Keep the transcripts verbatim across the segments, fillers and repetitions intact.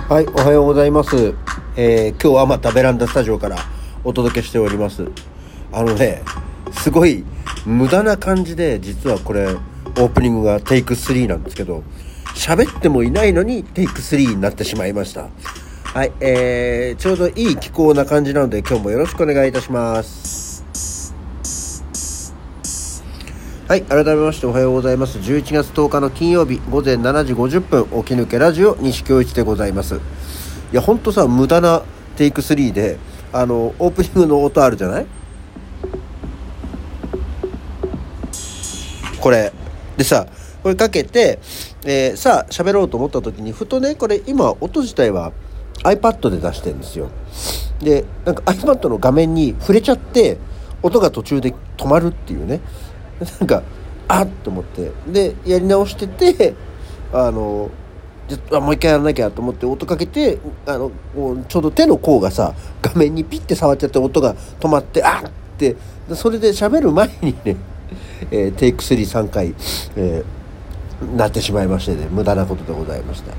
はい、おはようございます。えー、今日はまたベランダスタジオからお届けしております。あのね、すごい無駄な感じで、実はこれオープニングがテイクスリーなんですけど、喋ってもいないのにテイクスリーになってしまいました。はい、えー、ちょうどいい気候な感じなので、今日もよろしくお願いいたします。はい、改めましておはようございます。じゅういちがつとおかの金曜日午前しちじごじゅっぷん、起き抜けラジオ西京一でございます。いやほんとさ、無駄なテイクスリーで、あのオープニングの音あるじゃない、これでさ、これかけて、えー、さあ喋ろうと思った時にふとね、これ今音自体は iPad で出してるんですよ。でなんか iPad の画面に触れちゃって音が途中で止まるっていうね、なんかあっと思って、でやり直してて、あのあもう一回やらなきゃと思って音かけて、あのちょうど手の甲がさ画面にピッて触っちゃって音が止まって、あっって、それで喋る前にね、えー、テイクスリーさんかい、えー、なってしまいましてね、無駄なことでございました。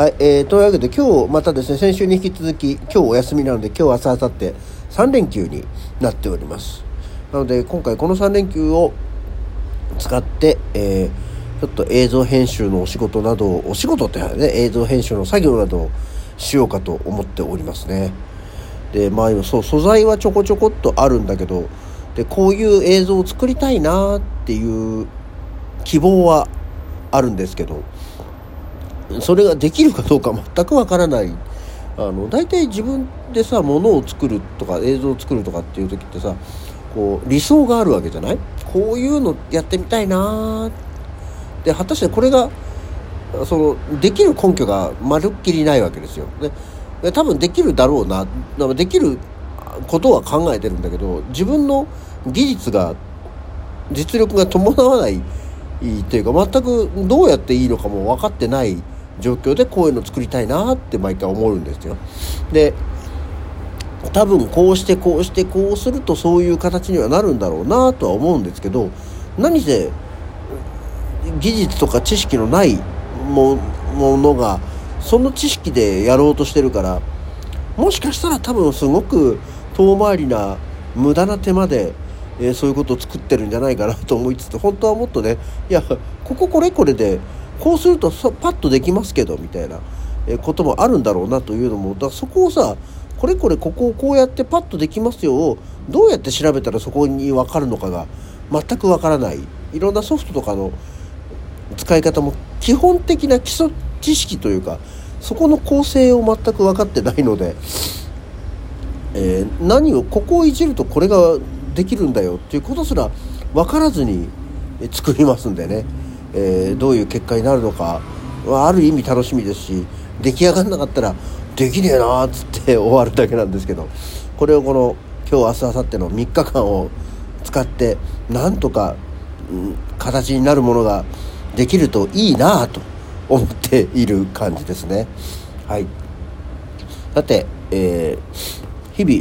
はい、えー、というわけで今日またですね、先週に引き続き今日お休みなので、今日明日明後日さん連休になっております。なので今回このさん連休を使って、えー、ちょっと映像編集のお仕事などをお仕事ってね、映像編集の作業などをしようかと思っておりますね。でまあそう、素材はちょこちょこっとあるんだけど、でこういう映像を作りたいなっていう希望はあるんですけど、それができるかどうか全くわからない。あの大体自分でさ、物を作るとか映像を作るとかっていう時ってさ、こう理想があるわけじゃない。こういうのやってみたいなで、果たしてこれがそのできる根拠がまるっきりないわけですよ。で多分できるだろうな、できることは考えてるんだけど、自分の技術が実力が伴わないっていうか、全くどうやっていいのかも分かってない状況でこういうの作りたいなって毎回思うんですよ。で多分こうしてこうしてこうするとそういう形にはなるんだろうなとは思うんですけど、何せ技術とか知識のないものがその知識でやろうとしてるから、もしかしたら多分すごく遠回りな無駄な手間で、えー、そういうことを作ってるんじゃないかなと思いつつ、本当はもっとね、いやこここれこれでこうするとパッとできますけどみたいなこともあるんだろうなというのも、だからそこをさ、これこれここをこうやってパッとできますよをどうやって調べたらそこに分かるのかが全く分からない。いろんなソフトとかの使い方も基本的な基礎知識というか、そこの構成を全く分かってないので、えー、何をここをいじるとこれができるんだよっていうことすら分からずに作りますんでね、えー、どういう結果になるのかはある意味楽しみですし、出来上がんなかったらできねえなーっつって終わるだけなんですけど、これをこの今日明日明後日のみっかかんを使ってなんとか、うん、形になるものができるといいなと思っている感じですね。はい。さて、えー、日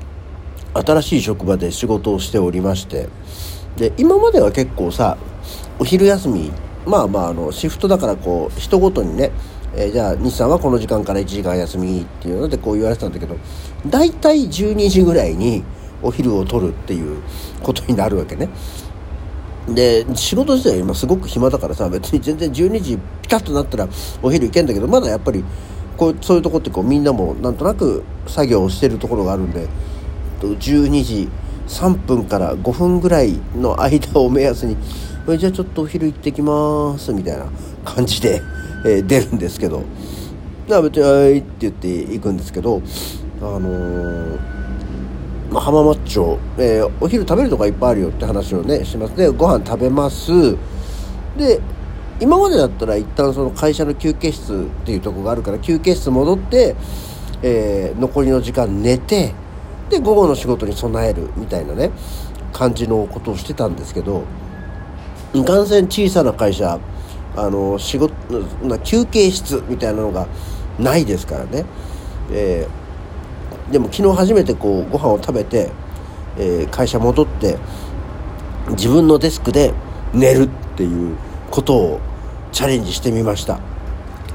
々新しい職場で仕事をしておりまして、で今までは結構さ、お昼休み、まあまああのシフトだからこう人ごとにね、えー、じゃあ西さんはこの時間からいちじかん休みっていうのでこう言われてたんだけど、だいたいじゅうにじぐらいにお昼を取るっていうことになるわけね。で仕事自体今すごく暇だからさ、別に全然じゅうにじピタッとなったらお昼行けんだけど、まだやっぱりこうそういうとこってこうみんなもなんとなく作業をしてるところがあるんで、じゅうにじさんぷんからごふんぐらいの間を目安に、じゃあちょっとお昼行ってきますみたいな感じで、えー、出るんですけど、だから別にはいって言って行くんですけど、あのーまあ、浜松町、えー、お昼食べるとこいっぱいあるよって話をねしますね。ご飯食べます。で今までだったら一旦その会社の休憩室っていうとこがあるから休憩室戻って、えー、残りの時間寝て、で午後の仕事に備えるみたいなね感じのことをしてたんですけど、いかんせん小さな会社、あの仕事休憩室みたいなのがないですからね、えー、でも昨日初めてこうご飯を食べて、えー、会社戻って自分のデスクで寝るっていうことをチャレンジしてみました。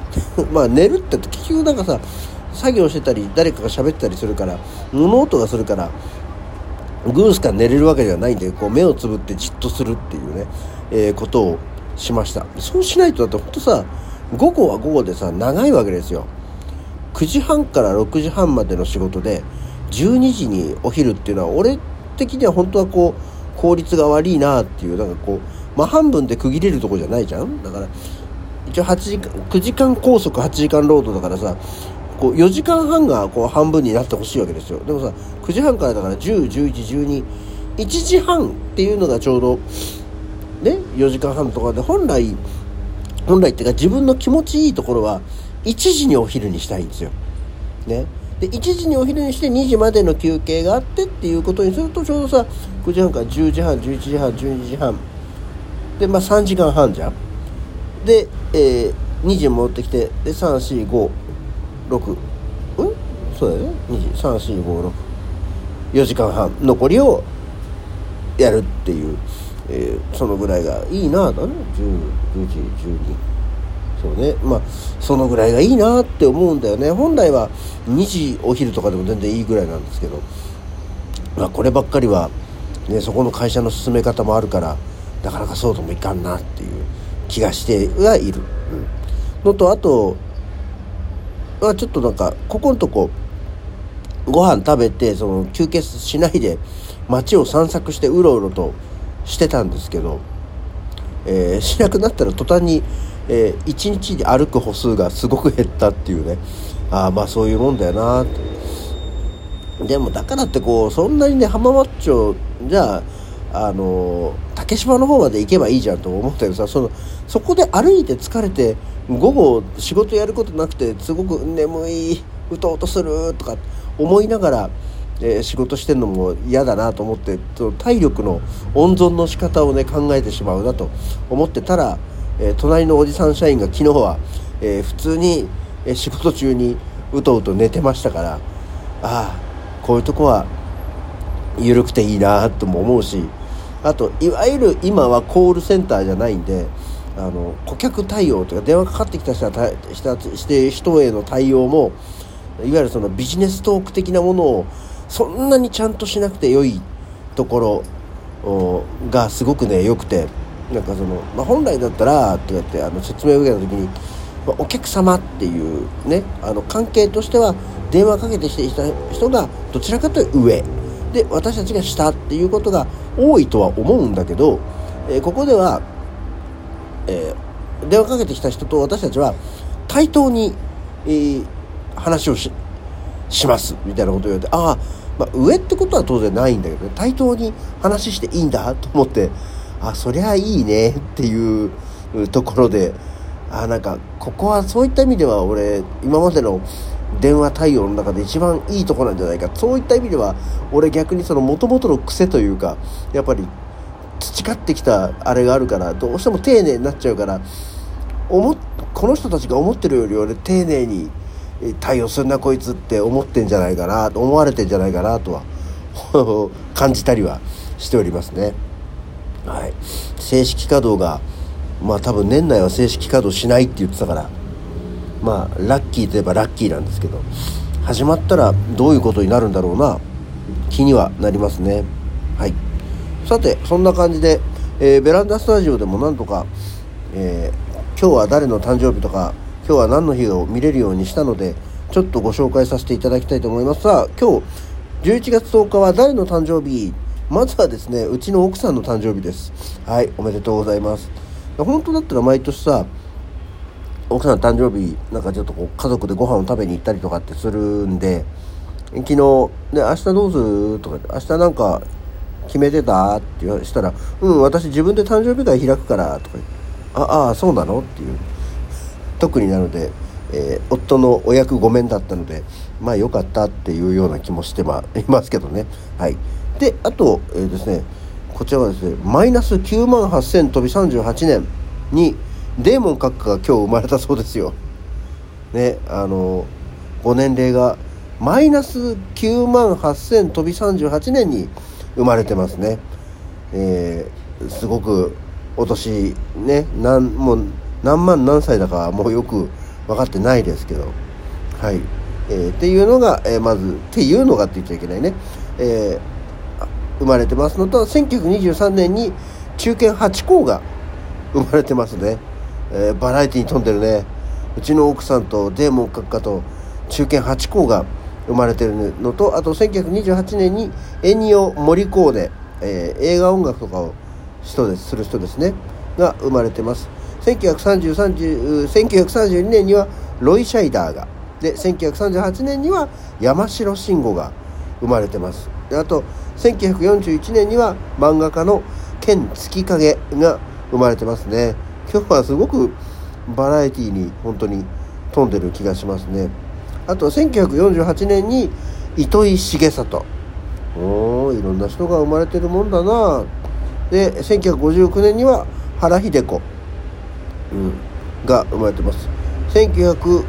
まあ寝るって結局なんかさ、作業してたり誰かが喋ってたりするから物音がするからグースか寝れるわけではないんで、こう目をつぶってじっとするっていうね、えー、ことをしました。そうしないとだってほんとさ、午後は午後でさ長いわけですよ。くじはんからろくじはんまでの仕事でじゅうにじにお昼っていうのは俺的には本当はこう効率が悪いなっていう、なんかこう真半分で区切れるとこじゃないじゃん。だから一応はちじかんくじかん拘束はちじかん労働だからさ、こうよじかんはんがこう半分になってほしいわけですよ。でもさくじはんからだからじゅう、じゅういち、じゅうに、いちじはんっていうのがちょうどねよじかんはんとかで、本来本来っていうか自分の気持ちいいところはいちじにお昼にしたいんですよね。でいちじにお昼にしてにじまでの休憩があってっていうことにすると、ちょうどさくじはんからじゅうじはん、じゅういちじはん、じゅうにじはんで、まあさんじかんはんじゃん。で、えー、にじに戻ってきて、でさん、し、ご、ろく、うんそうだよね、にじ、さん、し、ご、ろく、よじかんはん残りをやるっていう、えー、そのぐらいがいいなだね。じゅう、じゅういち、じゅうに、そうね、まあそのぐらいがいいなって思うんだよね。本来はにじお昼とかでも全然いいぐらいなんですけど、まあこればっかりはね、そこの会社の進め方もあるからなかなかそうともいかんなっていう気がしてはいる、うん、のと、あとはちょっとなんかここのとこご飯食べてその休憩しないで街を散策してうろうろとしてたんですけど、えー、しなくなったら途端に、えー、いちにちで歩く歩数がすごく減ったっていうね。ああまあそういうもんだよなって。でもだからってこうそんなにね浜松町じゃああの竹島の方まで行けばいいじゃんと思ったけどさ、そのそこで歩いて疲れて午後仕事やることなくてすごく眠いうとうとするとか思いながら、えー、仕事してんのも嫌だなと思って、体力の温存の仕方をね考えてしまうなと思ってたら、えー、隣のおじさん社員が昨日は、えー、普通に、えー、仕事中にうとうと寝てましたから、ああこういうとこは緩くていいなとも思うし、あといわゆる今はコールセンターじゃないんで、あの顧客対応とか電話かかってきた人はしたして人への対応もいわゆるそのビジネストーク的なものをそんなにちゃんとしなくて良いところがすごくね良くて、なんかその、まあ、本来だったらって言ってあの説明を受けた時に、まあ、お客様っていうねあの関係としては電話かけてきた人がどちらかというと上で私たちが下っていうことが多いとは思うんだけど、えー、ここでは、えー、電話かけてきた人と私たちは対等に、えー、話を し, しますみたいなことを言われて、ああ、まあ、上ってことは当然ないんだけど、ね、対等に話していいんだと思って、あそりゃいいねっていうところで、あなんかここはそういった意味では俺今までの電話対応の中で一番いいとこなんじゃないか、そういった意味では俺逆にその元々の癖というかやっぱり培ってきたあれがあるからどうしても丁寧になっちゃうから、思この人たちが思ってるより俺丁寧に対応するなこいつって思ってんじゃないかな思われてんじゃないかなとは感じたりはしておりますね。はい、正式稼働がまあ多分年内は正式稼働しないって言ってたから、まあラッキーといえばラッキーなんですけど、始まったらどういうことになるんだろうな気にはなりますね。はい、さてそんな感じで、えー、ベランダスタジオでもなんとか、えー、今日は誰の誕生日とか今日は何の日を見れるようにしたのでちょっとご紹介させていただきたいと思います。さあ今日じゅういちがつとおかは誰の誕生日？まずはですねうちの奥さんの誕生日です。はい、おめでとうございます。本当だったら毎年さ奥さんの誕生日なんかちょっとこう家族でご飯を食べに行ったりとかってするんで、昨日、ね、明日どうするとか明日なんか決めてたって言わしたら、うん私自分で誕生日会開くからとか言って、ああそうなのっていう、特になので、えー、夫のお役御免だったのでまあ良かったっていうような気もしてまいますけどね。はい。であと、えー、ですねこちらはですねマイナスきゅうまんはっせん飛びさんじゅうはちねんにデーモン閣下が今日生まれたそうですよ。ね、あのご年齢がマイナスきゅうまんはっせん飛びさんじゅうはちねんに生まれてますね。えー、すごくお年ね、なんもう何万何歳だかもうよく分かってないですけど、はい、えー、っていうのが、えー、まずっていうのがって言っちゃいけないね、えー、生まれてますのと、せんきゅうひゃくにじゅうさんねんに中堅はちこうが生まれてますね。えー、バラエティに富んでるね。うちの奥さんとデーモン閣下と中堅はちこうが生まれてるのと、あとせんきゅうひゃくにじゅうはちねんにエンニオ・モリコーネ、えー、映画音楽とかを人ですする人ですねが生まれてます。せんきゅうひゃくさんじゅうにねんにはロイ・シャイダーがで、せんきゅうひゃくさんじゅうはちねんには山城慎吾が生まれてます。で、あとせんきゅうひゃくよんじゅういちねんには漫画家の剣月影が生まれてますね。今日はすごくバラエティに本当に富んでる気がしますね。あとせんきゅうひゃくよんじゅうはちねんに糸井重里、おー、いろんな人が生まれてるもんだな。で、せんきゅうひゃくごじゅうきゅうねんには原秀子、うん、が生まれてます。せんきゅうひゃく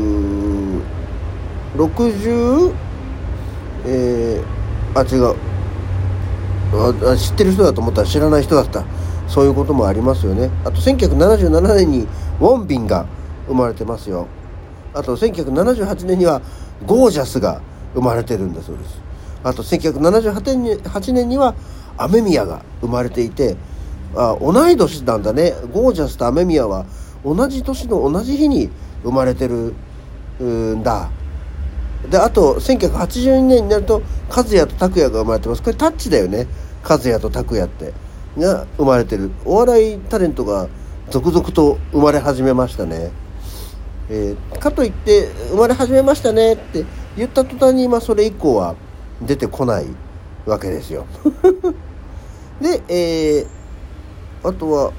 ろくじゅう、えー、あ違うあ知ってる人だと思ったら知らない人だった、そういうこともありますよね。あとせんきゅうひゃくななじゅうななねんにウォンビンが生まれてますよ。あとせんきゅうひゃくななじゅうはちねんにはゴージャスが生まれてるんだそうです。あとせんきゅうひゃくななじゅうはちねんには雨宮が生まれていて、あ、同い年なんだね。ゴージャスと雨宮は同じ年の同じ日に生まれてるんだ。で、あとせんきゅうひゃくはちじゅうにねんになると和也と拓也が生まれてます。これタッチだよね。和也と拓也ってが生まれてる。お笑いタレントが続々と生まれ始めましたね。えー、かといって生まれ始めましたねって言った途端に今それ以降は出てこないわけですよ。で、えー、あとは